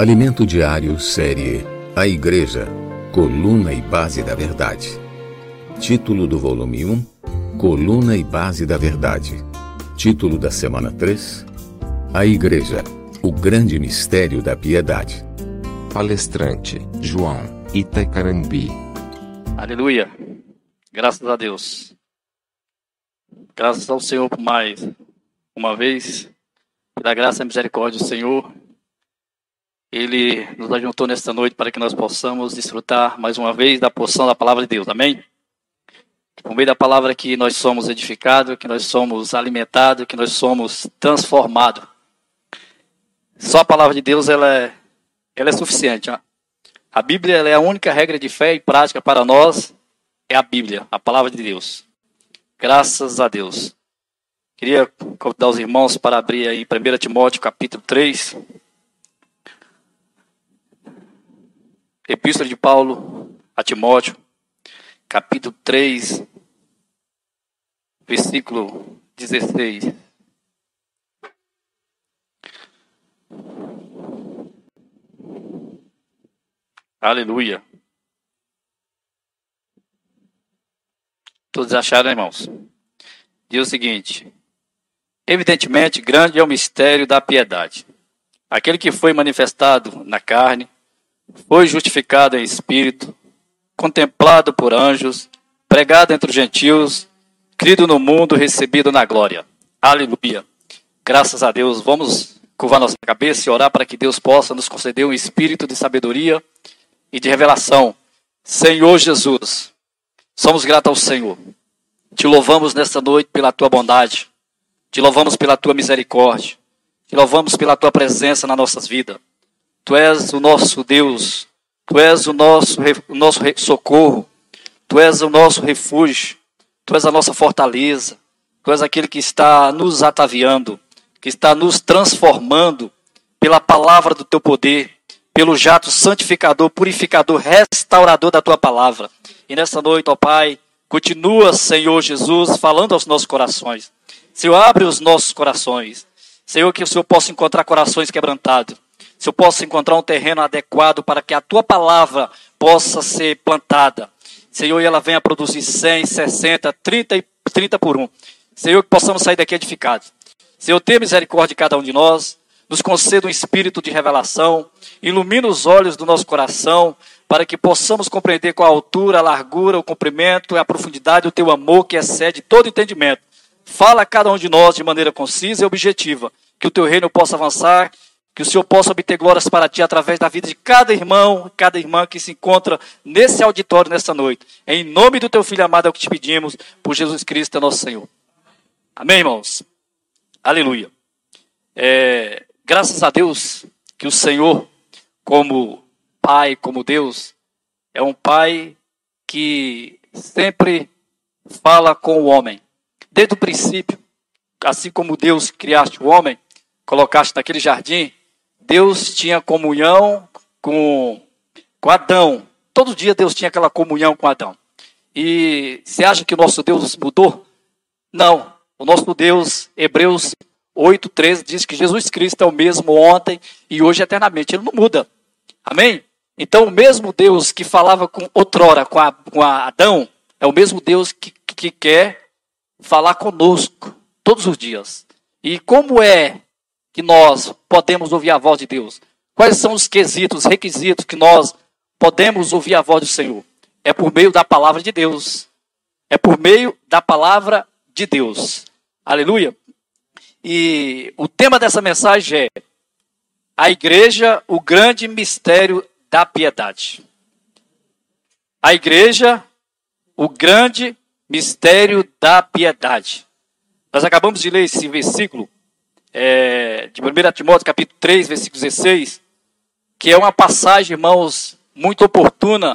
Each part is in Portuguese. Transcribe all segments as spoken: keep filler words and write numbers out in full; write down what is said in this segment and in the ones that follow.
Alimento Diário, série A Igreja, Coluna e Base da Verdade. Título do volume um, Coluna e Base da Verdade. Título da semana três, A Igreja, o Grande Mistério da Piedade. Palestrante, João Itacarambi. Aleluia. Graças a Deus. Graças ao Senhor por mais uma vez. Pela graça e misericórdia do Senhor. Ele nos ajuntou nesta noite para que nós possamos desfrutar mais uma vez da porção da palavra de Deus. Amém? Por meio da palavra que nós somos edificados, que nós somos alimentados, que nós somos transformados. Só a palavra de Deus ela é, ela é suficiente. Ó. A Bíblia ela é a única regra de fé e prática para nós. É a Bíblia, a palavra de Deus. Graças a Deus. Queria convidar os irmãos para abrir aí em primeiro Timóteo capítulo três. Epístola de Paulo a Timóteo, capítulo três, versículo dezesseis. Aleluia. Todos acharam, irmãos? Diz o seguinte: evidentemente, grande é o mistério da piedade. Aquele que foi manifestado na carne, foi justificado em espírito, contemplado por anjos, pregado entre os gentios, crido no mundo, recebido na glória. Aleluia. Graças a Deus. Vamos curvar nossa cabeça e orar para que Deus possa nos conceder um espírito de sabedoria e de revelação. Senhor Jesus, somos gratos ao Senhor. Te louvamos nesta noite pela tua bondade. Te louvamos pela tua misericórdia. Te louvamos pela tua presença nas nossas vidas. Tu és o nosso Deus, Tu és o nosso, o nosso socorro, Tu és o nosso refúgio, Tu és a nossa fortaleza, Tu és aquele que está nos ataviando, que está nos transformando pela palavra do Teu poder, pelo jato santificador, purificador, restaurador da Tua palavra. E nessa noite, ó Pai, continua, Senhor Jesus, falando aos nossos corações. Senhor, abre os nossos corações. Senhor, que o Senhor possa encontrar corações quebrantados. Se eu posso encontrar um terreno adequado para que a Tua palavra possa ser plantada. Senhor, e ela venha produzir cem, sessenta, trinta e trinta por um. Senhor, que possamos sair daqui edificados. Senhor, tenha misericórdia de cada um de nós. Nos conceda um espírito de revelação. Ilumina os olhos do nosso coração para que possamos compreender com a altura, a largura, o comprimento e a profundidade do Teu amor que excede todo entendimento. Fala a cada um de nós de maneira concisa e objetiva. Que o Teu reino possa avançar. Que o Senhor possa obter glórias para Ti através da vida de cada irmão, cada irmã que se encontra nesse auditório nesta noite. Em nome do Teu Filho amado é o que te pedimos, por Jesus Cristo, nosso Senhor. Amém, irmãos? Aleluia. É, graças a Deus que o Senhor, como Pai, como Deus, é um Pai que sempre fala com o homem. Desde o princípio, assim como Deus criaste o homem, colocaste naquele jardim, Deus tinha comunhão com, com Adão. Todo dia Deus tinha aquela comunhão com Adão. E você acha que o nosso Deus mudou? Não. O nosso Deus, Hebreus oito, treze, diz que Jesus Cristo é o mesmo ontem e hoje eternamente. Ele não muda. Amém? Então o mesmo Deus que falava com, outrora com, a, com a Adão, é o mesmo Deus que, que quer falar conosco todos os dias. E como é que nós podemos ouvir a voz de Deus? Quais são os quesitos, os requisitos que nós podemos ouvir a voz do Senhor? É por meio da palavra de Deus. É por meio da palavra de Deus. Aleluia. E o tema dessa mensagem é a igreja, o grande mistério da piedade. A igreja, o grande mistério da piedade. Nós acabamos de ler esse versículo É, de primeiro Timóteo, capítulo três, versículo dezesseis, que é uma passagem, irmãos, muito oportuna,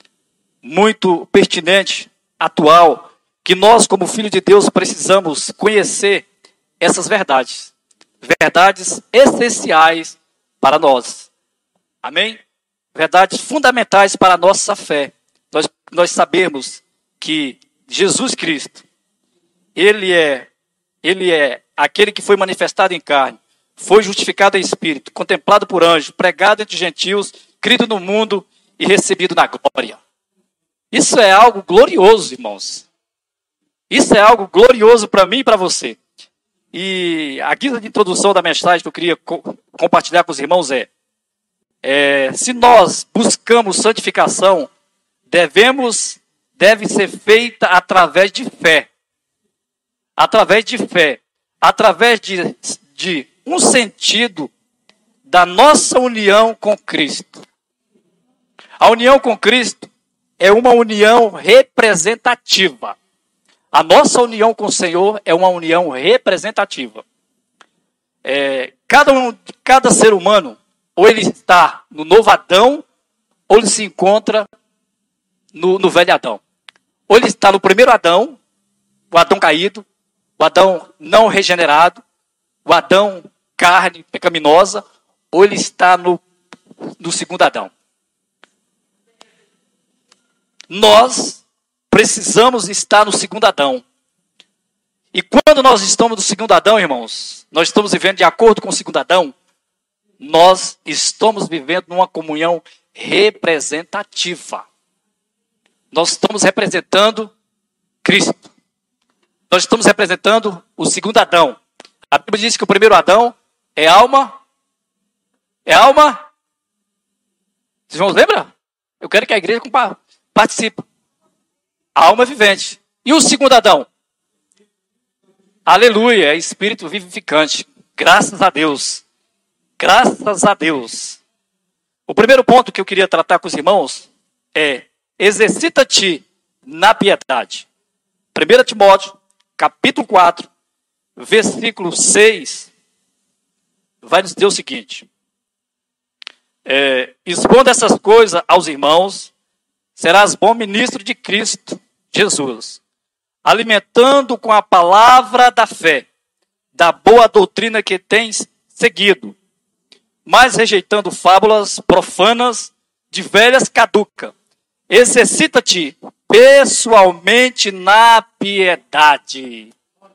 muito pertinente, atual, que nós, como filhos de Deus, precisamos conhecer essas verdades. Verdades essenciais para nós. Amém? Verdades fundamentais para a nossa fé. Nós, nós sabemos que Jesus Cristo, Ele é, Ele é aquele que foi manifestado em carne, foi justificado em espírito, contemplado por anjos, pregado entre gentios, crido no mundo e recebido na glória. Isso é algo glorioso, irmãos. Isso é algo glorioso para mim e para você. E a guisa de introdução da mensagem que eu queria co- compartilhar com os irmãos é, é se nós buscamos santificação, devemos, deve ser feita através de fé. Através de fé. Através de, de um sentido da nossa união com Cristo. A união com Cristo é uma união representativa. A nossa união com o Senhor é uma união representativa. É, cada, um, cada ser humano, ou ele está no novo Adão, ou ele se encontra no, no velho Adão. Ou ele está no primeiro Adão, o Adão caído, o Adão não regenerado, o Adão carne pecaminosa, ou ele está no, no segundo Adão. Nós precisamos estar no segundo Adão. E quando nós estamos no segundo Adão, irmãos, nós estamos vivendo de acordo com o segundo Adão, nós estamos vivendo numa comunhão representativa. Nós estamos representando Cristo. Nós estamos representando o segundo Adão. A Bíblia diz que o primeiro Adão é alma. É alma. Vocês irmãos lembram? Eu quero que a igreja participe. A alma vivente. E o segundo Adão? Aleluia, é espírito vivificante. Graças a Deus. Graças a Deus. O primeiro ponto que eu queria tratar com os irmãos é: exercita-te na piedade. primeiro Timóteo, capítulo quatro, versículo seis, vai nos dizer o seguinte: é, expondo essas coisas aos irmãos, serás bom ministro de Cristo Jesus, alimentando com a palavra da fé, da boa doutrina que tens seguido, mas rejeitando fábulas profanas de velhas caduca. Exercita-te pessoalmente na piedade.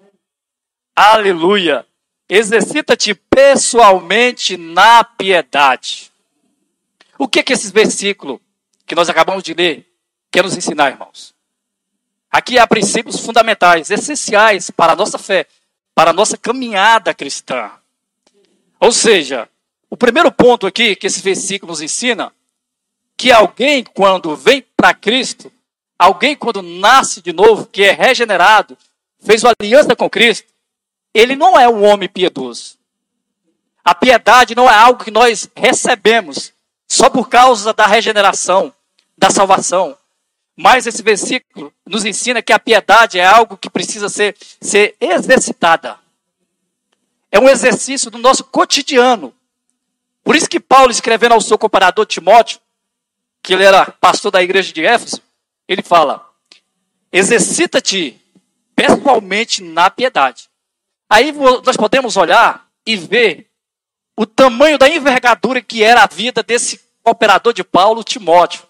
Aleluia. Exercita-te pessoalmente na piedade. O que é que esses versículos que nós acabamos de ler quer nos ensinar, irmãos? Aqui há princípios fundamentais, essenciais para a nossa fé, para a nossa caminhada cristã. Ou seja, o primeiro ponto aqui que esse versículo nos ensina, que alguém quando vem para Cristo, alguém quando nasce de novo, que é regenerado, fez uma aliança com Cristo, ele não é um homem piedoso. A piedade não é algo que nós recebemos só por causa da regeneração, da salvação. Mas esse versículo nos ensina que a piedade é algo que precisa ser, ser exercitada. É um exercício do nosso cotidiano. Por isso que Paulo, escrevendo ao seu comparador Timóteo, que ele era pastor da igreja de Éfeso, ele fala: exercita-te pessoalmente na piedade. Aí nós podemos olhar e ver o tamanho da envergadura que era a vida desse cooperador de Paulo, Timóteo.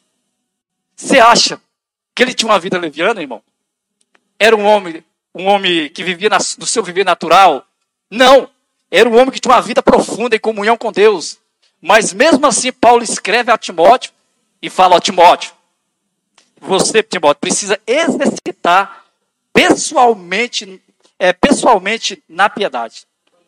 Você acha que ele tinha uma vida leviana, irmão? Era um homem, um homem que vivia na, no seu viver natural? Não. Era um homem que tinha uma vida profunda em comunhão com Deus. Mas mesmo assim, Paulo escreve a Timóteo e fala: ó, Timóteo, você, Timóteo, precisa exercitar pessoalmente, é, pessoalmente na piedade.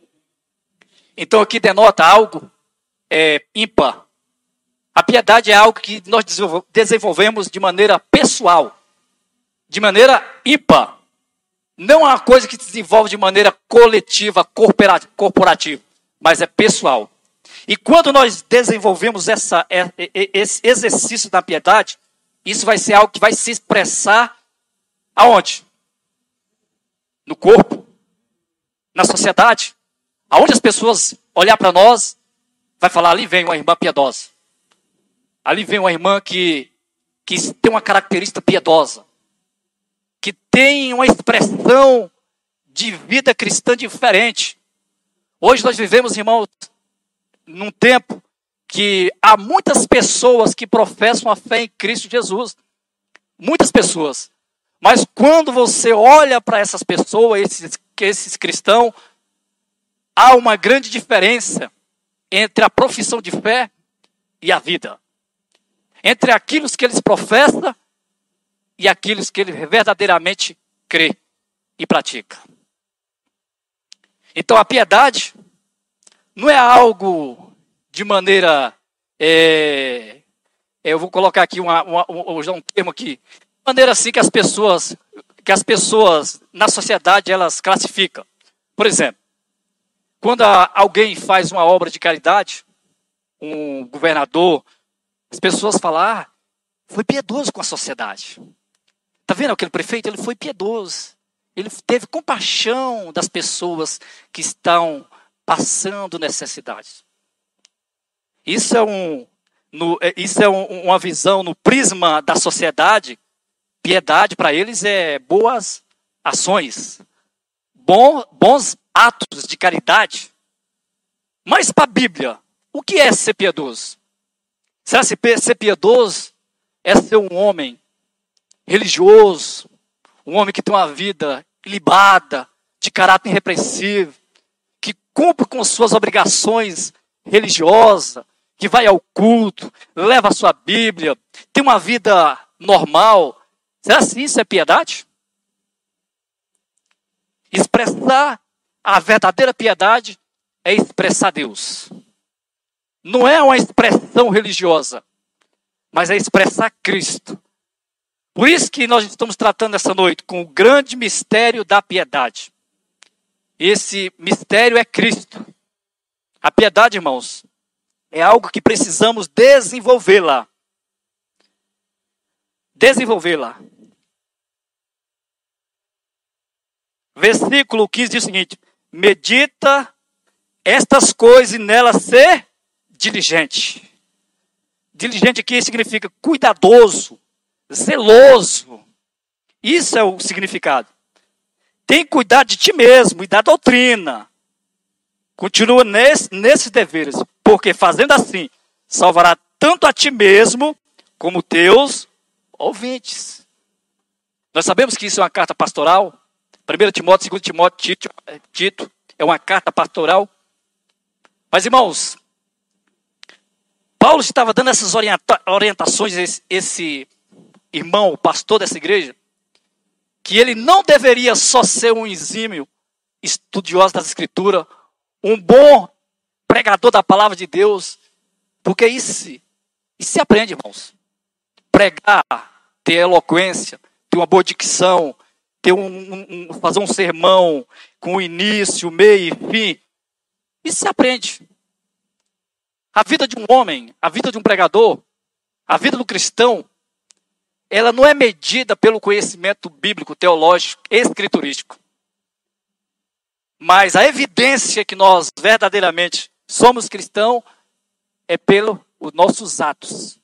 Então aqui denota algo é, ímpar. A piedade é algo que nós desenvolvemos de maneira pessoal, de maneira ímpar. Não é uma coisa que se desenvolve de maneira coletiva, corporativa, mas é pessoal. E quando nós desenvolvemos essa, esse exercício da piedade, isso vai ser algo que vai se expressar aonde? No corpo, na sociedade. Aonde as pessoas olhar para nós, vai falar: ali vem uma irmã piedosa. Ali vem uma irmã que, que tem uma característica piedosa, que tem uma expressão de vida cristã diferente. Hoje nós vivemos, irmãos, num tempo que há muitas pessoas que professam a fé em Cristo Jesus. Muitas pessoas. Mas quando você olha para essas pessoas, esses, esses cristãos, há uma grande diferença entre a profissão de fé e a vida. Entre aquilo que eles professam e aquilo que ele verdadeiramente crê e pratica. Então a piedade não é algo de maneira, é, eu vou colocar aqui uma, uma, um, um termo aqui, de maneira assim que as pessoas, que as pessoas na sociedade elas classificam. Por exemplo, quando alguém faz uma obra de caridade, um governador, as pessoas falam, ah, foi piedoso com a sociedade. Está vendo aquele prefeito? Ele foi piedoso. Ele teve compaixão das pessoas que estão passando necessidades. Isso é, um, no, isso é um, uma visão no prisma da sociedade. Piedade para eles é boas ações, bom, bons atos de caridade. Mas para a Bíblia, o que é ser piedoso? Será que ser piedoso é ser um homem religioso, um homem que tem uma vida ilibada, de caráter irrepreensível, que cumpre com suas obrigações religiosas, que vai ao culto, leva a sua Bíblia, tem uma vida normal? Será que isso é piedade? Expressar a verdadeira piedade é expressar Deus. Não é uma expressão religiosa, mas é expressar Cristo. Por isso que nós estamos tratando essa noite com o grande mistério da piedade. Esse mistério é Cristo. A piedade, irmãos, é algo que precisamos desenvolvê-la. Desenvolvê-la. Versículo quinze diz o seguinte: medita estas coisas e nela ser diligente. Diligente aqui significa cuidadoso, zeloso. Isso é o significado. Tem que cuidar de ti mesmo e da doutrina. Continua nesse, nesses deveres, porque fazendo assim, salvará tanto a ti mesmo como teus ouvintes. Nós sabemos que isso é uma carta pastoral. primeiro Timóteo, segundo Timóteo, Tito, Tito é uma carta pastoral. Mas, irmãos, Paulo estava dando essas orienta- orientações a esse, esse irmão, o pastor dessa igreja, que ele não deveria só ser um exímio estudioso das Escrituras, um bom pregador da palavra de Deus, porque isso, isso se aprende, irmãos. Pregar, ter eloquência, ter uma boa dicção, ter um, um, fazer um sermão com início, meio e fim, isso se aprende. A vida de um homem, a vida de um pregador, a vida do cristão, ela não é medida pelo conhecimento bíblico, teológico, escriturístico. Mas a evidência que nós verdadeiramente somos cristãos é pelos nossos atos.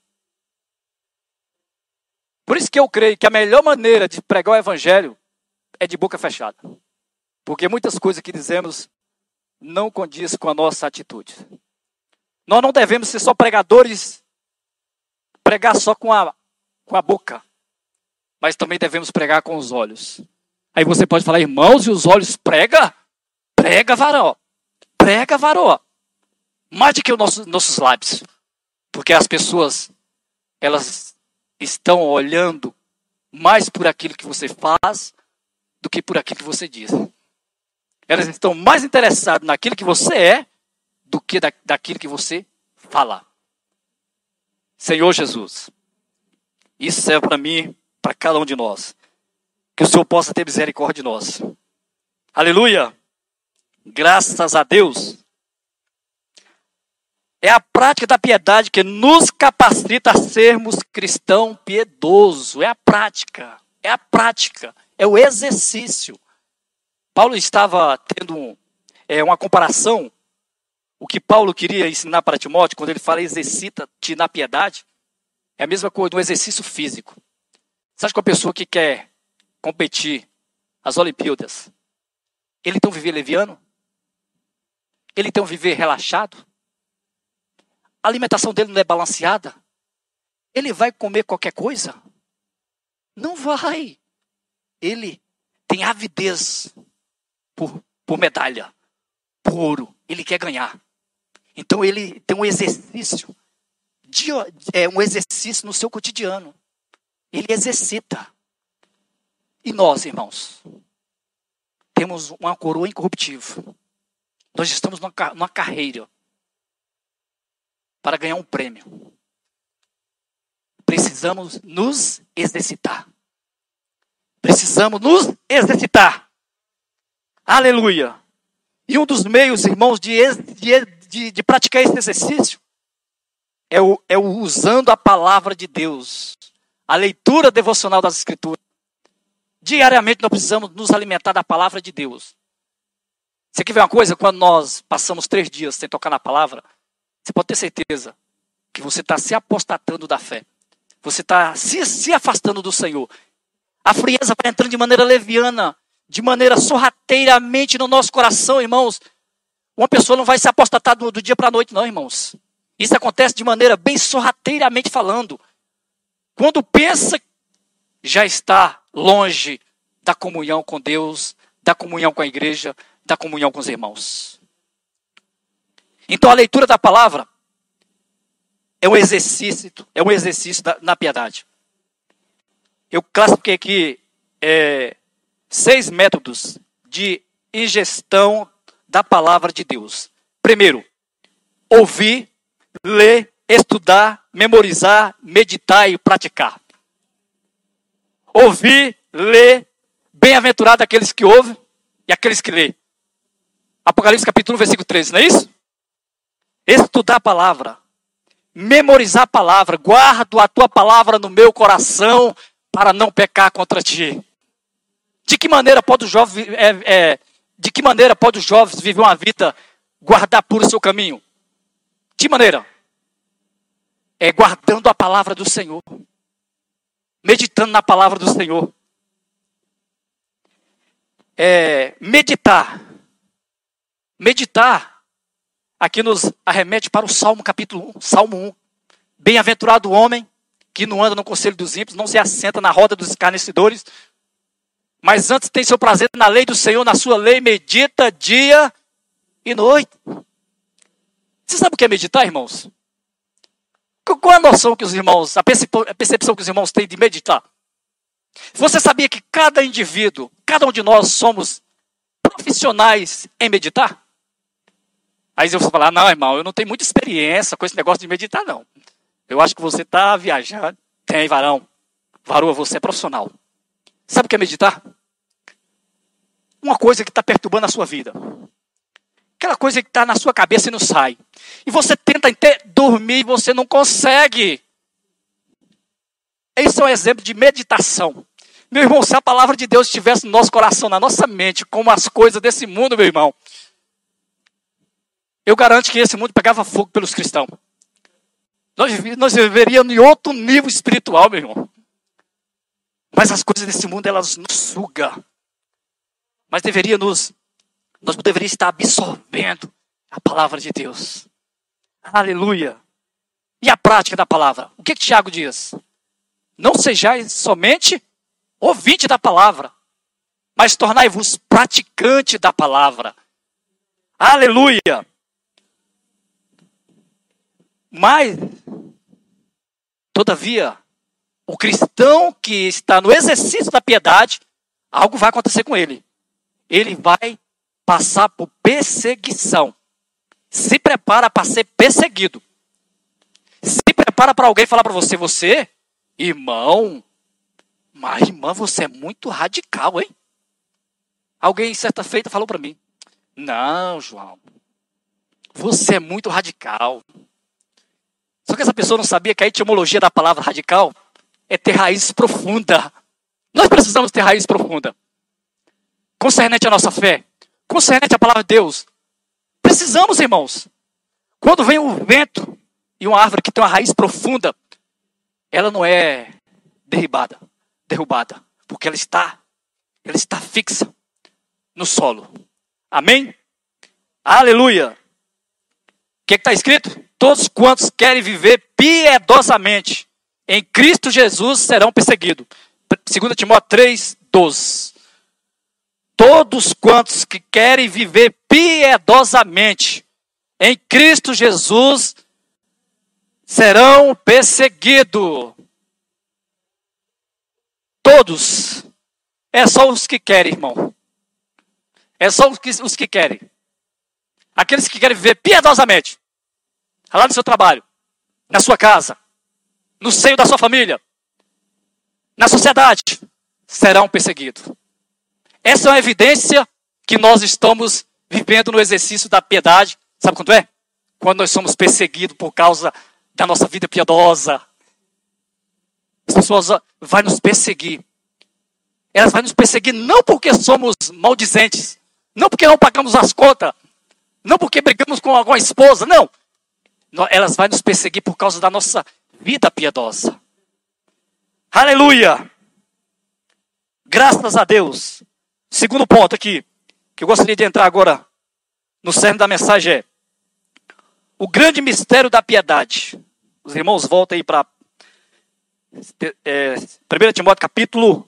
Por isso que eu creio que a melhor maneira de pregar o evangelho é de boca fechada. Porque muitas coisas que dizemos não condiz com a nossa atitude. Nós não devemos ser só pregadores, pregar só com a, com a boca, mas também devemos pregar com os olhos. Aí você pode falar, irmãos, e os olhos prega? Prega, varão. Prega, varão. Mais do que os nossos, nossos lábios. Porque as pessoas, elas estão olhando mais por aquilo que você faz do que por aquilo que você diz. Elas estão mais interessadas naquilo que você é do que da, daquilo que você fala. Senhor Jesus, isso serve para mim, para cada um de nós. Que o Senhor possa ter misericórdia de nós. Aleluia! Graças a Deus. É a prática da piedade que nos capacita a sermos cristão piedoso. É a prática. É a prática. É o exercício. Paulo estava tendo um, é, uma comparação. O que Paulo queria ensinar para Timóteo, quando ele fala exercita-te na piedade, é a mesma coisa do exercício físico. Você acha que uma pessoa que quer competir as Olimpíadas, ele tem um viver leviano? Ele tem um viver relaxado? A alimentação dele não é balanceada? Ele vai comer qualquer coisa? Não vai. Ele tem avidez por, por medalha, por ouro, ele quer ganhar. Então ele tem um exercício, de, é, um exercício no seu cotidiano. Ele exercita. E nós, irmãos, temos uma coroa incorruptível. Nós estamos numa, numa carreira para ganhar um prêmio. Precisamos nos exercitar. Precisamos nos exercitar. Aleluia. E um dos meios, irmãos, de, de, de, de praticar esse exercício é o, é o usando a palavra de Deus. A leitura devocional das Escrituras. Diariamente nós precisamos nos alimentar da palavra de Deus. Você quer ver uma coisa? Quando nós passamos três dias sem tocar na palavra, você pode ter certeza que você está se apostatando da fé. Você está se, se afastando do Senhor. A frieza vai entrando de maneira leviana, de maneira sorrateiramente no nosso coração, irmãos. Uma pessoa não vai se apostatar do, do dia para a noite, não, irmãos. Isso acontece de maneira bem sorrateiramente falando. Quando pensa, já está longe da comunhão com Deus, da comunhão com a igreja, da comunhão com os irmãos. Então a leitura da palavra é um exercício, é um exercício da, na piedade. Eu classifiquei aqui é, seis métodos de ingestão da palavra de Deus. Primeiro, ouvir, ler, estudar, memorizar, meditar e praticar. Ouvir, ler, bem-aventurado aqueles que ouvem e aqueles que lêem. Apocalipse capítulo um, versículo treze, não é isso? Estudar a palavra, memorizar a palavra, guardo a tua palavra no meu coração para não pecar contra ti. De que maneira pode o jovem, é, é, de que maneira pode os jovens viver uma vida, guardar puro o seu caminho? De maneira? É guardando a palavra do Senhor. Meditando na palavra do Senhor. É, meditar. Meditar. Aqui nos arremete para o Salmo capítulo um. Salmo um. Bem-aventurado o homem que não anda no conselho dos ímpios, não se assenta na roda dos escarnecedores, mas antes tem seu prazer na lei do Senhor, na sua lei medita dia e noite. Você sabe o que é meditar, irmãos? Qual a noção que os irmãos, a percepção que os irmãos têm de meditar? Você sabia que cada indivíduo, cada um de nós somos profissionais em meditar? Aí você vai falar, não, irmão, eu não tenho muita experiência com esse negócio de meditar, não. Eu acho que você está viajando. Tem, varão. Varoa, você é profissional. Sabe o que é meditar? Uma coisa que está perturbando a sua vida. Aquela coisa que está na sua cabeça e não sai. E você tenta dormir e você não consegue. Esse é um exemplo de meditação. Meu irmão, se a palavra de Deus estivesse no nosso coração, na nossa mente, como as coisas desse mundo, meu irmão, eu garanto que esse mundo pegava fogo pelos cristãos. Nós, nós viveríamos em outro nível espiritual, meu irmão. Mas as coisas desse mundo, elas nos sugam. Mas deveria nos, nós deveríamos estar absorvendo a palavra de Deus. Aleluia. E a prática da palavra? O que, que Tiago diz? Não sejais somente ouvinte da palavra, mas tornai-vos praticante da palavra. Aleluia. Mas, todavia, o cristão que está no exercício da piedade, algo vai acontecer com ele. Ele vai passar por perseguição. Se prepara para ser perseguido. Se prepara para alguém falar para você, você, irmão, mas irmã, você é muito radical, hein? Alguém, certa feita, falou para mim, não, João, você é muito radical. Só que essa pessoa não sabia que a etimologia da palavra radical é ter raiz profunda. Nós precisamos ter raiz profunda. Concernente à nossa fé, concernente à palavra de Deus. Precisamos, irmãos. Quando vem o vento e uma árvore que tem uma raiz profunda, ela não é derribada, derrubada, porque ela está, ela está fixa no solo. Amém? Aleluia. O que está escrito? Todos quantos querem viver piedosamente em Cristo Jesus serão perseguidos. dois Timóteo três, doze. Todos quantos que querem viver piedosamente em Cristo Jesus serão perseguidos. Todos. É só os que querem, irmão. É só os que, os que querem. Aqueles que querem viver piedosamente. Lá no seu trabalho, na sua casa, no seio da sua família, na sociedade, serão perseguidos. Essa é uma evidência que nós estamos vivendo no exercício da piedade. Sabe quando é? Quando nós somos perseguidos por causa da nossa vida piedosa. As pessoas vão nos perseguir. Elas vão nos perseguir não porque somos maldizentes, não porque não pagamos as contas, não porque brigamos com alguma esposa, não. Elas vão nos perseguir por causa da nossa vida piedosa. Aleluia! Graças a Deus. Segundo ponto aqui, que eu gostaria de entrar agora no cerne da mensagem é o grande mistério da piedade. Os irmãos voltam aí para é, primeiro Timóteo capítulo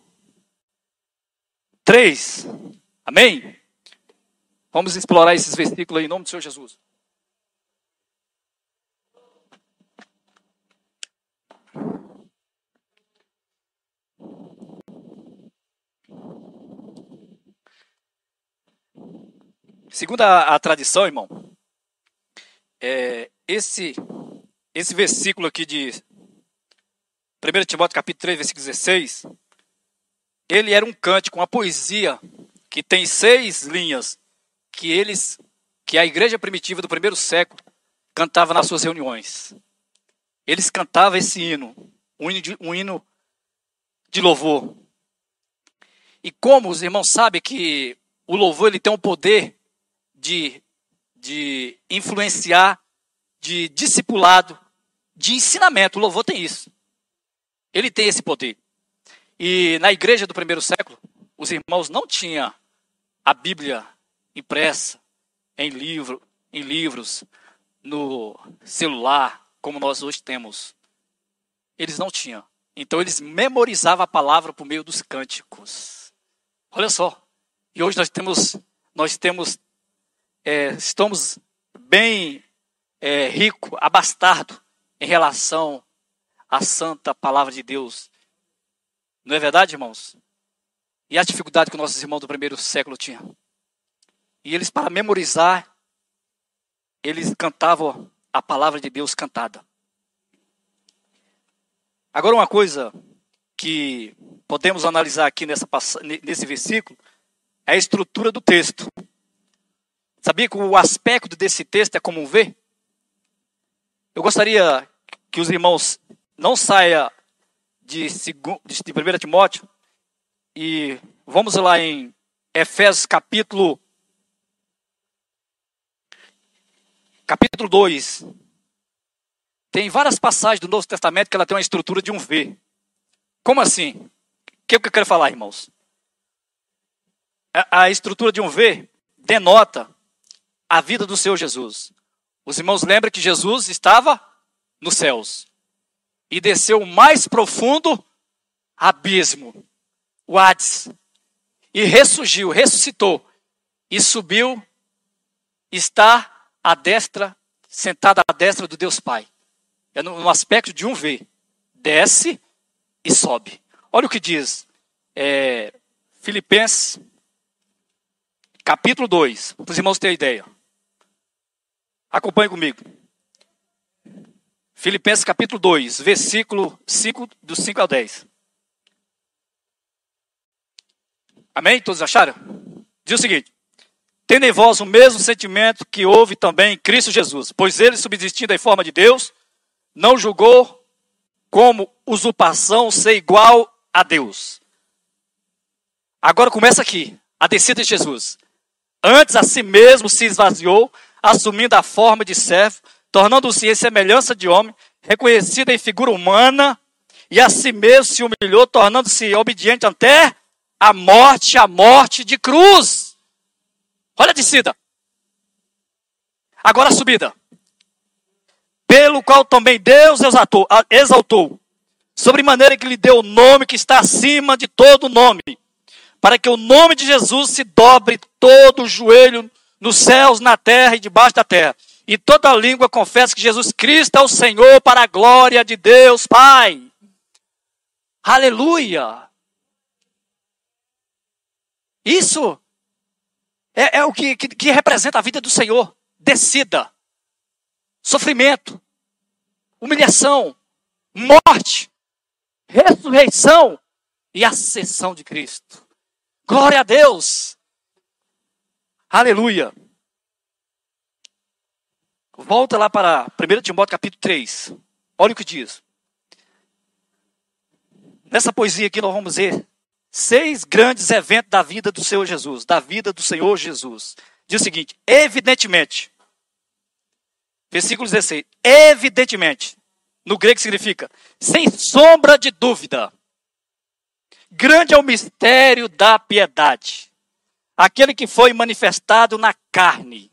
três. Amém? Vamos explorar esses versículos aí em nome do Senhor Jesus. Segundo a, a tradição, irmão, é, esse, esse versículo aqui de primeiro Timóteo capítulo três, versículo dezesseis, ele era um cântico, uma poesia que tem seis linhas que eles, que a igreja primitiva do primeiro século cantava nas suas reuniões. Eles cantavam esse hino, um hino de, um hino de louvor. E como os irmãos sabem que o louvor ele tem um poder de, de influenciar, de discipulado, de ensinamento. O louvor tem isso. Ele tem esse poder. E na igreja do primeiro século, os irmãos não tinham a Bíblia impressa em, livro, em livros, no celular, como nós hoje temos. Eles não tinham. Então eles memorizavam a palavra por meio dos cânticos. Olha só. E hoje nós temos, nós temos, é, estamos bem é, rico, abastado em relação à santa palavra de Deus. Não é verdade, irmãos? E a dificuldade que nossos irmãos do primeiro século tinham. E eles, para memorizar, eles cantavam a palavra de Deus cantada. Agora uma coisa que podemos analisar aqui nessa, nesse versículo é a estrutura do texto. Sabia que o aspecto desse texto é como ver? Eu gostaria que os irmãos não saiam de, de primeiro Timóteo e vamos lá em Efésios capítulo, capítulo dois. Tem várias passagens do Novo Testamento que ela tem uma estrutura de um V. Como assim? O que eu quero falar, irmãos? A, a estrutura de um V denota a vida do Senhor Jesus. Os irmãos lembram que Jesus estava nos céus e desceu o mais profundo abismo, o Hades, e ressurgiu, ressuscitou e subiu, está à destra, sentado à destra do Deus Pai. É no, no aspecto de um V. Desce e sobe. Olha o que diz é, Filipenses capítulo dois, para os irmãos terem ideia. Acompanhe comigo. Filipenses capítulo dois, versículo cinco, do cinco ao dez. Amém? Todos acharam? Diz o seguinte: tendo em vós o mesmo sentimento que houve também em Cristo Jesus, pois ele, subsistindo em forma de Deus, não julgou como usurpação ser igual a Deus. Agora começa aqui, a descida de Jesus. Antes a si mesmo se esvaziou, assumindo a forma de servo, tornando-se em semelhança de homem, reconhecido em figura humana, e a si mesmo se humilhou, tornando-se obediente até a morte, a morte de cruz. Olha a descida. Agora a subida. Pelo qual também Deus exaltou, exaltou, sobre maneira que lhe deu o nome que está acima de todo nome, para que o nome de Jesus se dobre todo o joelho nos céus, na terra e debaixo da terra. E toda língua confessa que Jesus Cristo é o Senhor, para a glória de Deus Pai. Aleluia! Isso é, é o que, que, que representa a vida do Senhor. Descida, sofrimento, humilhação, morte, ressurreição e ascensão de Cristo. Glória a Deus! Aleluia! Volta lá para primeiro Timóteo capítulo três. Olha o que diz. Nessa poesia aqui nós vamos ver seis grandes eventos da vida do Senhor Jesus. Da vida do Senhor Jesus. Diz o seguinte: evidentemente. Versículo dezesseis. Evidentemente. No grego significa sem sombra de dúvida. Grande é o mistério da piedade. Aquele que foi manifestado na carne.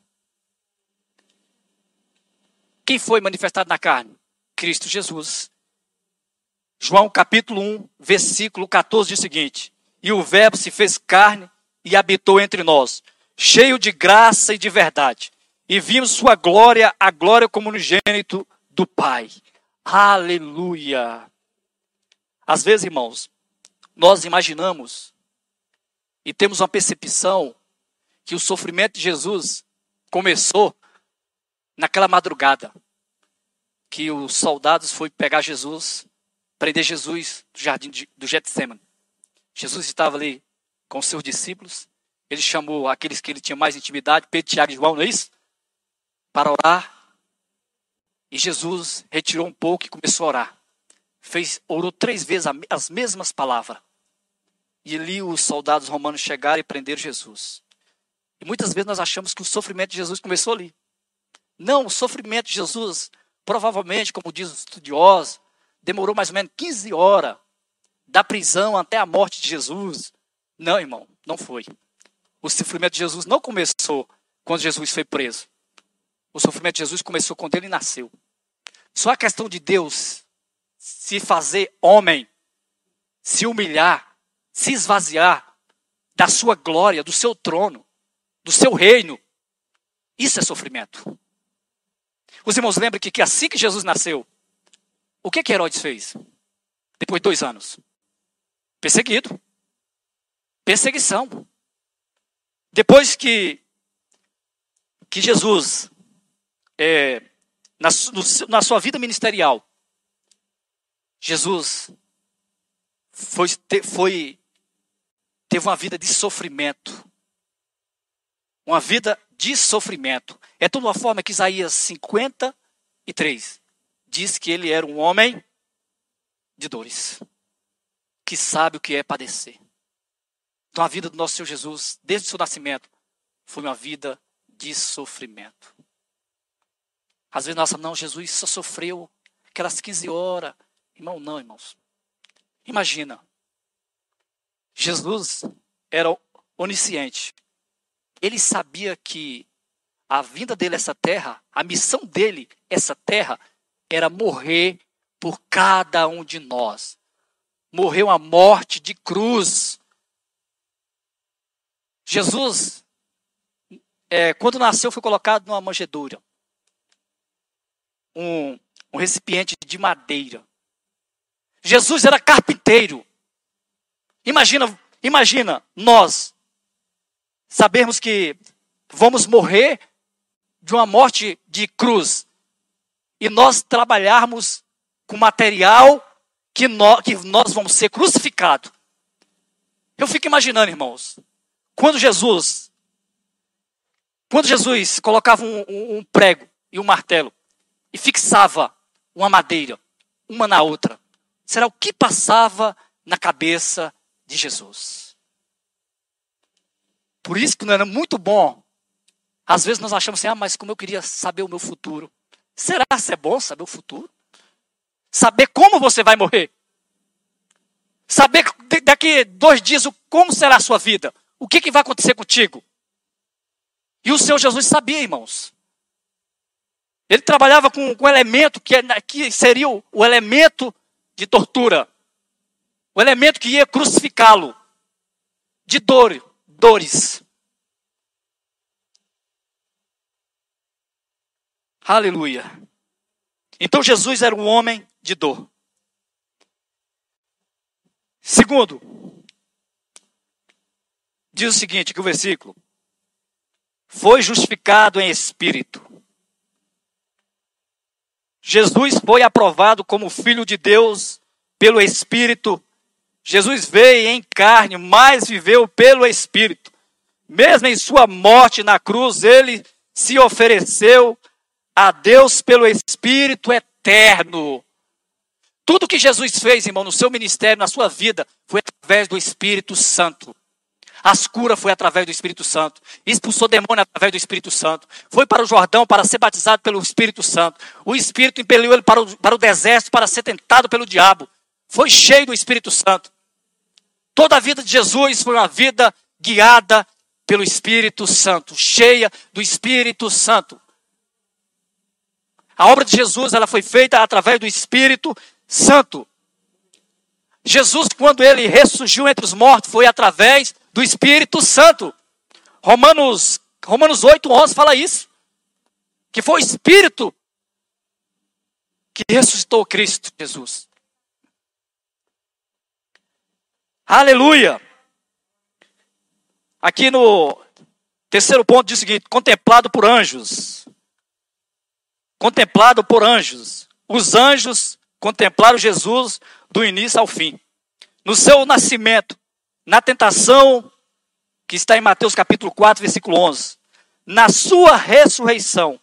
Quem foi manifestado na carne? Cristo Jesus. João capítulo um, versículo catorze diz o seguinte: e o verbo se fez carne e habitou entre nós, cheio de graça e de verdade. E vimos sua glória, a glória como unigênito do Pai. Aleluia! Às vezes, irmãos, nós imaginamos e temos uma percepção que o sofrimento de Jesus começou naquela madrugada, que os soldados foram pegar Jesus, prender Jesus no jardim de, do Getsemane. Jesus estava ali com seus discípulos, ele chamou aqueles que ele tinha mais intimidade, Pedro, Tiago e João, não é isso? Para orar. E Jesus retirou um pouco e começou a orar. Fez, orou três vezes as mesmas palavras. E ali os soldados romanos chegaram e prenderam Jesus. E muitas vezes nós achamos que o sofrimento de Jesus começou ali. Não, o sofrimento de Jesus, provavelmente, como diz os estudiosos, demorou mais ou menos quinze horas da prisão até a morte de Jesus. Não, irmão, não foi. O sofrimento de Jesus não começou quando Jesus foi preso. O sofrimento de Jesus começou quando ele nasceu. Só a questão de Deus se fazer homem, se humilhar, se esvaziar da sua glória, do seu trono, do seu reino, isso é sofrimento. Os irmãos lembram que, que assim que Jesus nasceu, o que que Herodes fez? Depois de dois anos. Perseguido. Perseguição. Depois que, que Jesus, é, na, no, na sua vida ministerial, Jesus foi, te, foi, teve uma vida de sofrimento. Uma vida de sofrimento. É toda uma forma que Isaías cinquenta e três diz que ele era um homem de dores, que sabe o que é padecer. Então a vida do nosso Senhor Jesus, desde o seu nascimento, foi uma vida de sofrimento. Às vezes nós falamos, não, Jesus só sofreu aquelas quinze horas. Irmão, não, irmãos. Imagina, Jesus era onisciente. Ele sabia que a vinda dele a essa terra, a missão dele, essa terra, era morrer por cada um de nós. Morreu a morte de cruz. Jesus, é, quando nasceu, foi colocado numa manjedoura. Um, um recipiente de madeira. Jesus era carpinteiro. Imagina, imagina nós sabermos que vamos morrer de uma morte de cruz e nós trabalharmos com material que nós, que nós vamos ser crucificados. Eu fico imaginando, irmãos, quando Jesus, quando Jesus colocava um, um, um prego e um martelo e fixava uma madeira, uma na outra, será o que passava na cabeça de Jesus? Por isso que não era muito bom. Às vezes nós achamos assim, ah, mas como eu queria saber o meu futuro. Será que é bom saber o futuro? Saber como você vai morrer? Saber daqui dois dias como será a sua vida? O que, que vai acontecer contigo? E o Senhor Jesus sabia, irmãos. Ele trabalhava com, com um elemento que, que seria o, o elemento de tortura. O elemento que ia crucificá-lo. De dor, dores. Aleluia. Então Jesus era um homem de dor. Segundo, diz o seguinte, que o versículo, foi justificado em espírito. Jesus foi aprovado como Filho de Deus pelo Espírito. Jesus veio em carne, mas viveu pelo Espírito. Mesmo em sua morte na cruz, ele se ofereceu a Deus pelo Espírito eterno. Tudo que Jesus fez, irmão, no seu ministério, na sua vida, foi através do Espírito Santo. As curas foi através do Espírito Santo. Expulsou demônio através do Espírito Santo. Foi para o Jordão para ser batizado pelo Espírito Santo. O Espírito impeliu ele para o, para o deserto para ser tentado pelo diabo. Foi cheio do Espírito Santo. Toda a vida de Jesus foi uma vida guiada pelo Espírito Santo. Cheia do Espírito Santo. A obra de Jesus ela foi feita através do Espírito Santo. Jesus, quando ele ressurgiu entre os mortos, foi através do Espírito Santo. Romanos, Romanos oito, onze fala isso. Que foi o Espírito que ressuscitou Cristo Jesus. Aleluia. Aqui no terceiro ponto diz o seguinte, contemplado por anjos. Contemplado por anjos. Os anjos contemplaram Jesus do início ao fim. No seu nascimento, na tentação, que está em Mateus capítulo quatro, versículo onze. Na sua ressurreição.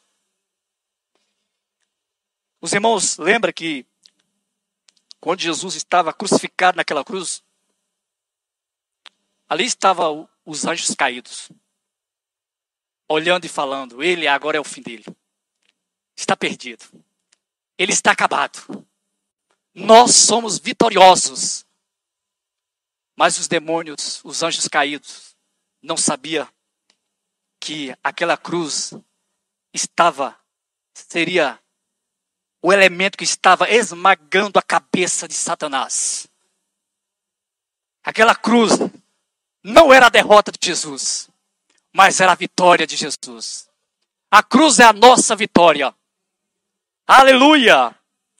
Os irmãos lembram que quando Jesus estava crucificado naquela cruz, ali estavam os anjos caídos, olhando e falando, ele agora é o fim dele. Está perdido. Ele está acabado. Nós somos vitoriosos. Mas os demônios, os anjos caídos, não sabiam que aquela cruz estava, seria o elemento que estava esmagando a cabeça de Satanás. Aquela cruz não era a derrota de Jesus, mas era a vitória de Jesus. A cruz é a nossa vitória. Aleluia!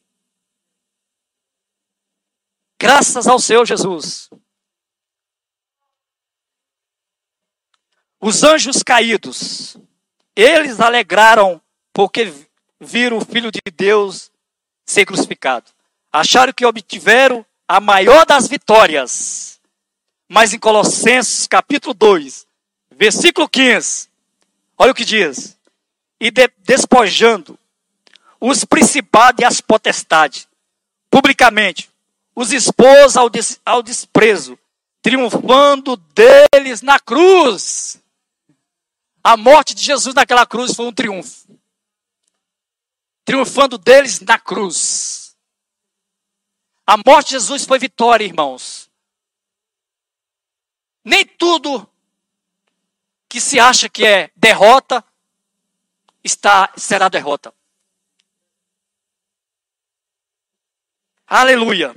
Graças ao Senhor Jesus. Os anjos caídos, eles alegraram porque viram o Filho de Deus ser crucificado. Acharam que obtiveram a maior das vitórias. Mas em Colossenses capítulo dois, versículo quinze, olha o que diz. E de, despojando os principados e as potestades, publicamente, os expôs ao, des, ao desprezo, triunfando deles na cruz. A morte de Jesus naquela cruz foi um triunfo. Triunfando deles na cruz. A morte de Jesus foi vitória, irmãos. Nem tudo que se acha que é derrota, está, será derrota. Aleluia.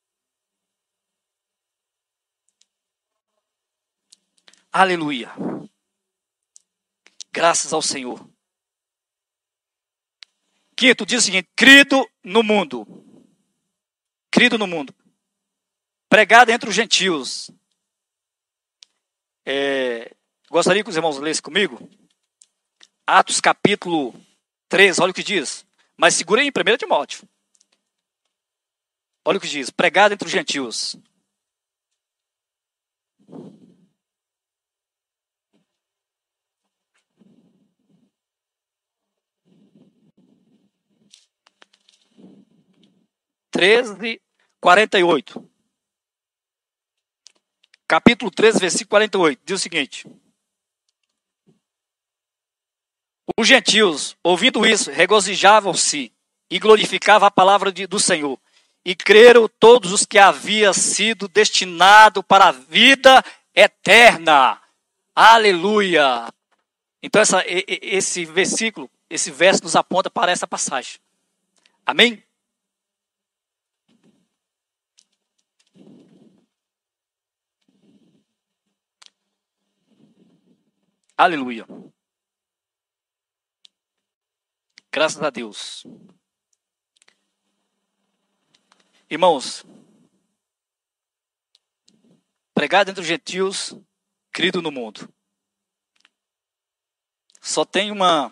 Aleluia. Graças ao Senhor. Quinto, diz o seguinte, crido no mundo. Crido no mundo. Pregado entre os gentios. É, gostaria que os irmãos lessem comigo. Atos capítulo três, olha o que diz. Mas segura aí em primeiro Timóteo. Olha o que diz. Pregado entre os gentios. treze, quarenta e oito. Capítulo treze, versículo quarenta e oito. Diz o seguinte. Os gentios, ouvindo isso, regozijavam-se e glorificavam a palavra de, do Senhor. E creram todos os que haviam sido destinados para a vida eterna. Aleluia! Então essa, esse versículo, esse verso nos aponta para essa passagem. Amém? Aleluia. Graças a Deus. Irmãos, pregado entre os gentios, crido no mundo. Só tem uma,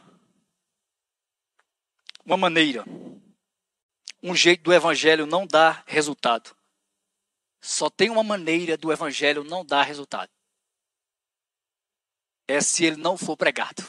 uma maneira, um jeito do evangelho não dar resultado. Só tem uma maneira do evangelho não dar resultado. É se ele não for pregado.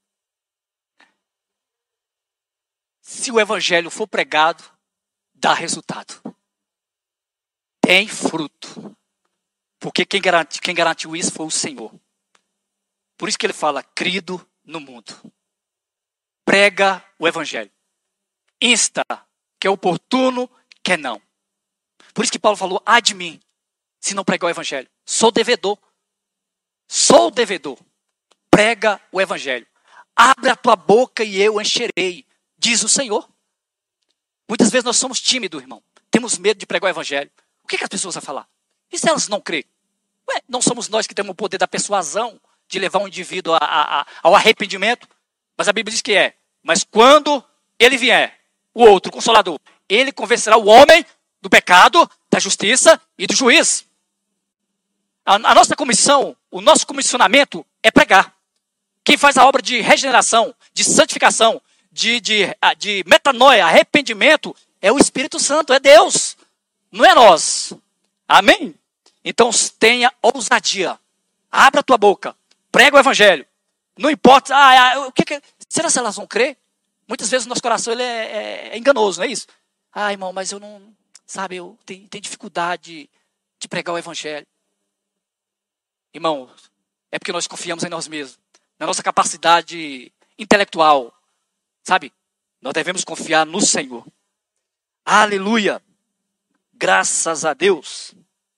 Se o evangelho for pregado, dá resultado. Tem fruto. Porque quem, garante, quem garantiu isso foi o Senhor. Por isso que ele fala, crido no mundo. Prega o evangelho. Insta, que é oportuno, que é não. Por isso que Paulo falou, ai de mim, se não pregar o evangelho. Sou devedor. Sou devedor. Prega o evangelho. Abre a tua boca e eu encherei, diz o Senhor. Muitas vezes nós somos tímidos, irmão. Temos medo de pregar o evangelho. O que, que as pessoas vão falar? E se elas não crerem? Ué, não somos nós que temos o poder da persuasão de levar um indivíduo a, a, a, ao arrependimento? Mas a Bíblia diz que é. Mas quando ele vier, o outro, o Consolador, ele convencerá o homem do pecado, da justiça e do juízo. A, a nossa comissão, o nosso comissionamento é pregar. Quem faz a obra de regeneração, de santificação, de, de, de metanoia, arrependimento, é o Espírito Santo, é Deus. Não é nós. Amém? Então tenha ousadia. Abra a tua boca. Prega o evangelho. Não importa. Ah, ah, o que que, será que elas vão crer? Muitas vezes o nosso coração ele é, é, é enganoso, não é isso? Ah, irmão, mas eu não... Sabe, eu tenho, tenho dificuldade de pregar o evangelho. Irmão, é porque nós confiamos em nós mesmos. Na nossa capacidade intelectual. Sabe? Nós devemos confiar no Senhor. Aleluia. Graças a Deus.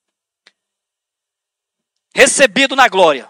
Recebido na glória.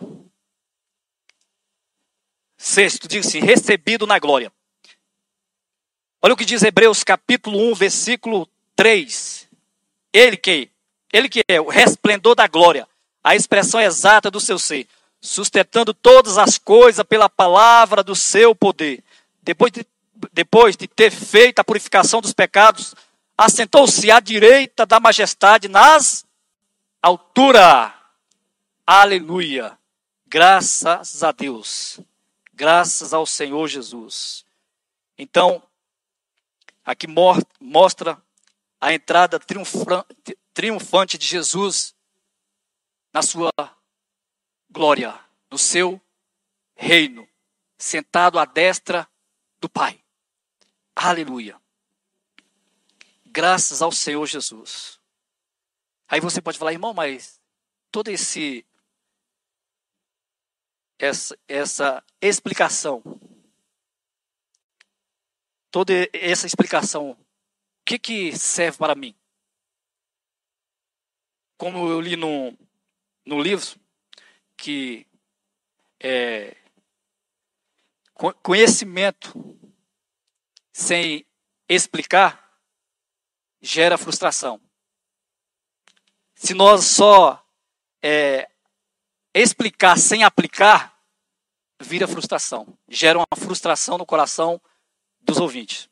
Sexto, diz assim, recebido na glória. Olha o que diz Hebreus capítulo um, versículo três. Ele que, ele que é o resplendor da glória, a expressão exata do seu ser, sustentando todas as coisas pela palavra do seu poder. Depois de, depois de ter feito a purificação dos pecados, assentou-se à direita da majestade nas alturas. Aleluia. Graças a Deus. Graças ao Senhor Jesus. Então, aqui mostra a entrada triunfante de Jesus na sua glória, no seu reino, sentado à destra do Pai. Aleluia. Graças ao Senhor Jesus. Aí você pode falar, irmão, mas todo esse essa, essa explicação, toda essa explicação, o que que serve para mim? Como eu li no, no livro, que é, conhecimento sem explicar gera frustração. Se nós só é, explicar sem aplicar, vira frustração. Gera uma frustração no coração dos ouvintes.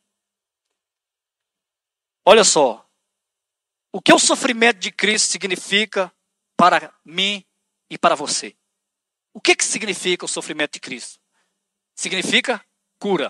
Olha só. O que o sofrimento de Cristo significa para mim e para você? O que, que significa o sofrimento de Cristo? Significa cura.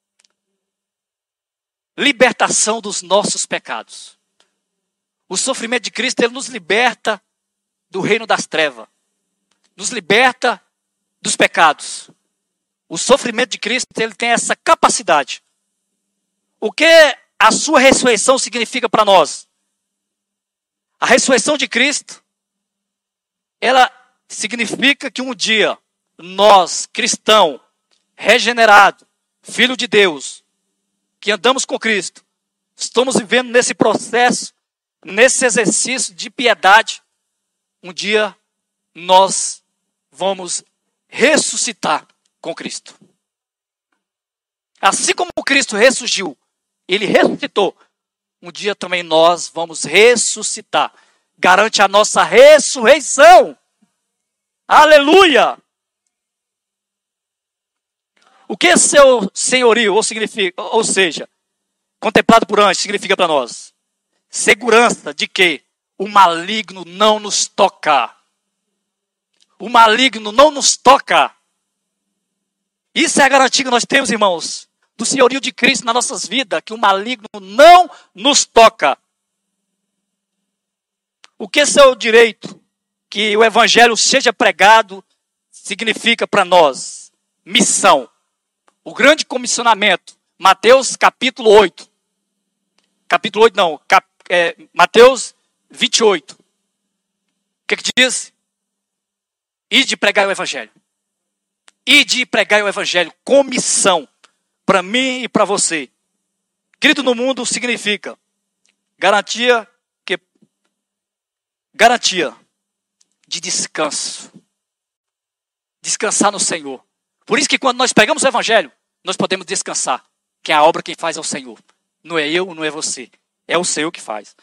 Libertação dos nossos pecados. O sofrimento de Cristo, ele nos liberta do reino das trevas. Nos liberta dos pecados. O sofrimento de Cristo, ele tem essa capacidade. O que a sua ressurreição significa para nós? A ressurreição de Cristo, ela significa que um dia nós, cristão, regenerado, filho de Deus, que andamos com Cristo, estamos vivendo nesse processo, nesse exercício de piedade. Um dia nós vamos ressuscitar com Cristo. Assim como Cristo ressurgiu, ele ressuscitou, um dia também nós vamos ressuscitar. Garante a nossa ressurreição. Aleluia! O que seu senhorio, ou, significa, ou seja, contemplado por anjos, significa para nós? Segurança de que o maligno não nos toca. O maligno não nos toca. Isso é a garantia que nós temos, irmãos, do senhorio de Cristo nas nossas vidas, que o maligno não nos toca. O que é seu direito que o evangelho seja pregado significa para nós? Missão. O grande comissionamento. Mateus capítulo oito. Capítulo oito não. Cap, é, Mateus vinte e oito. O que, que diz? Ide pregar o evangelho. Ide pregar o evangelho com missão. Para mim e para você. Cristo no mundo significa garantia que garantia de descanso. Descansar no Senhor. Por isso que quando nós pegamos o evangelho, nós podemos descansar. Que a obra quem faz é o Senhor. Não é eu, não é você. É o Senhor que faz.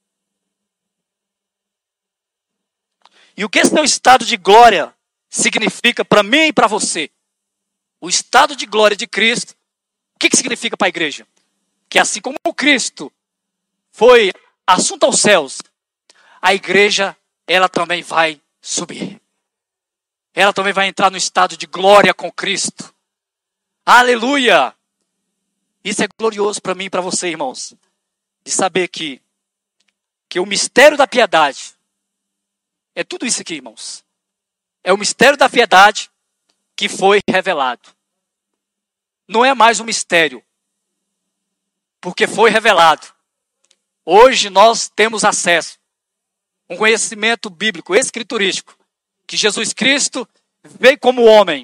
E o que esse teu estado de glória significa para mim e para você? O estado de glória de Cristo, o que, que significa para a igreja? Que assim como o Cristo foi assunto aos céus, a igreja, ela também vai subir. Ela também vai entrar no estado de glória com Cristo. Aleluia! Isso é glorioso para mim e para você, irmãos. De saber que, que o mistério da piedade é tudo isso aqui, irmãos. É o mistério da piedade que foi revelado. Não é mais um mistério, porque foi revelado. Hoje nós temos acesso a um conhecimento bíblico, escriturístico, que Jesus Cristo veio como homem,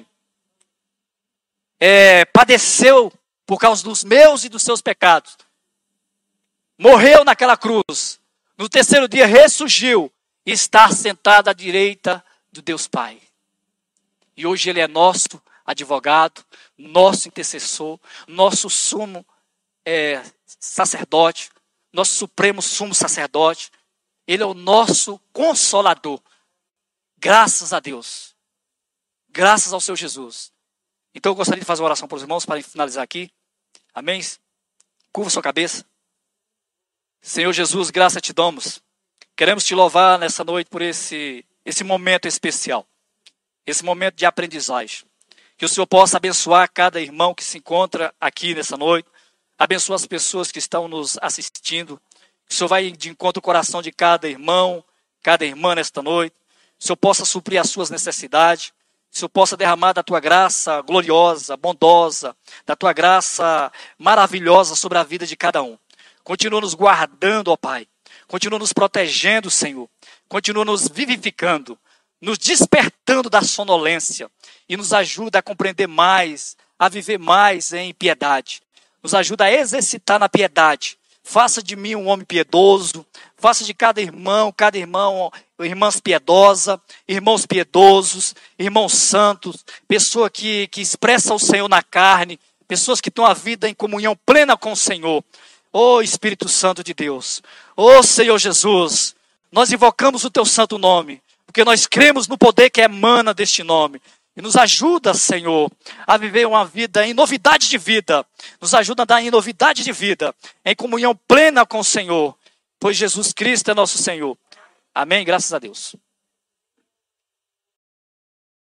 é, padeceu por causa dos meus e dos seus pecados, morreu naquela cruz, no terceiro dia ressurgiu e está sentado à direita do Deus Pai. E hoje ele é nosso advogado, nosso intercessor, nosso sumo é, sacerdote, nosso supremo sumo sacerdote. Ele é o nosso consolador. Graças a Deus. Graças ao Senhor Jesus. Então eu gostaria de fazer uma oração para os irmãos para finalizar aqui. Amém? Curva sua cabeça. Senhor Jesus, graça te damos. Queremos te louvar nessa noite por esse, esse momento especial. Esse momento de aprendizagem. Que o Senhor possa abençoar cada irmão que se encontra aqui nessa noite. Abençoa as pessoas que estão nos assistindo. Que o Senhor vai de encontro ao coração de cada irmão, cada irmã nesta noite. Que o Senhor possa suprir as suas necessidades. Que o Senhor possa derramar da tua graça gloriosa, bondosa, da tua graça maravilhosa sobre a vida de cada um. Continua nos guardando, ó Pai. Continua nos protegendo, Senhor. Continua nos vivificando, nos despertando da sonolência. E nos ajuda a compreender mais, a viver mais em piedade. Nos ajuda a exercitar na piedade. Faça de mim um homem piedoso. Faça de cada irmão, cada irmão, irmãs piedosas, irmãos piedosos, irmãos santos, pessoa que, que expressa o Senhor na carne, pessoas que estão a vida em comunhão plena com o Senhor. Ó Espírito Santo de Deus, ó Senhor Jesus, nós invocamos o teu santo nome, porque nós cremos no poder que emana deste nome. E nos ajuda, Senhor, a viver uma vida em novidade de vida. Nos ajuda a dar em novidade de vida, em comunhão plena com o Senhor. Pois Jesus Cristo é nosso Senhor. Amém? Graças a Deus.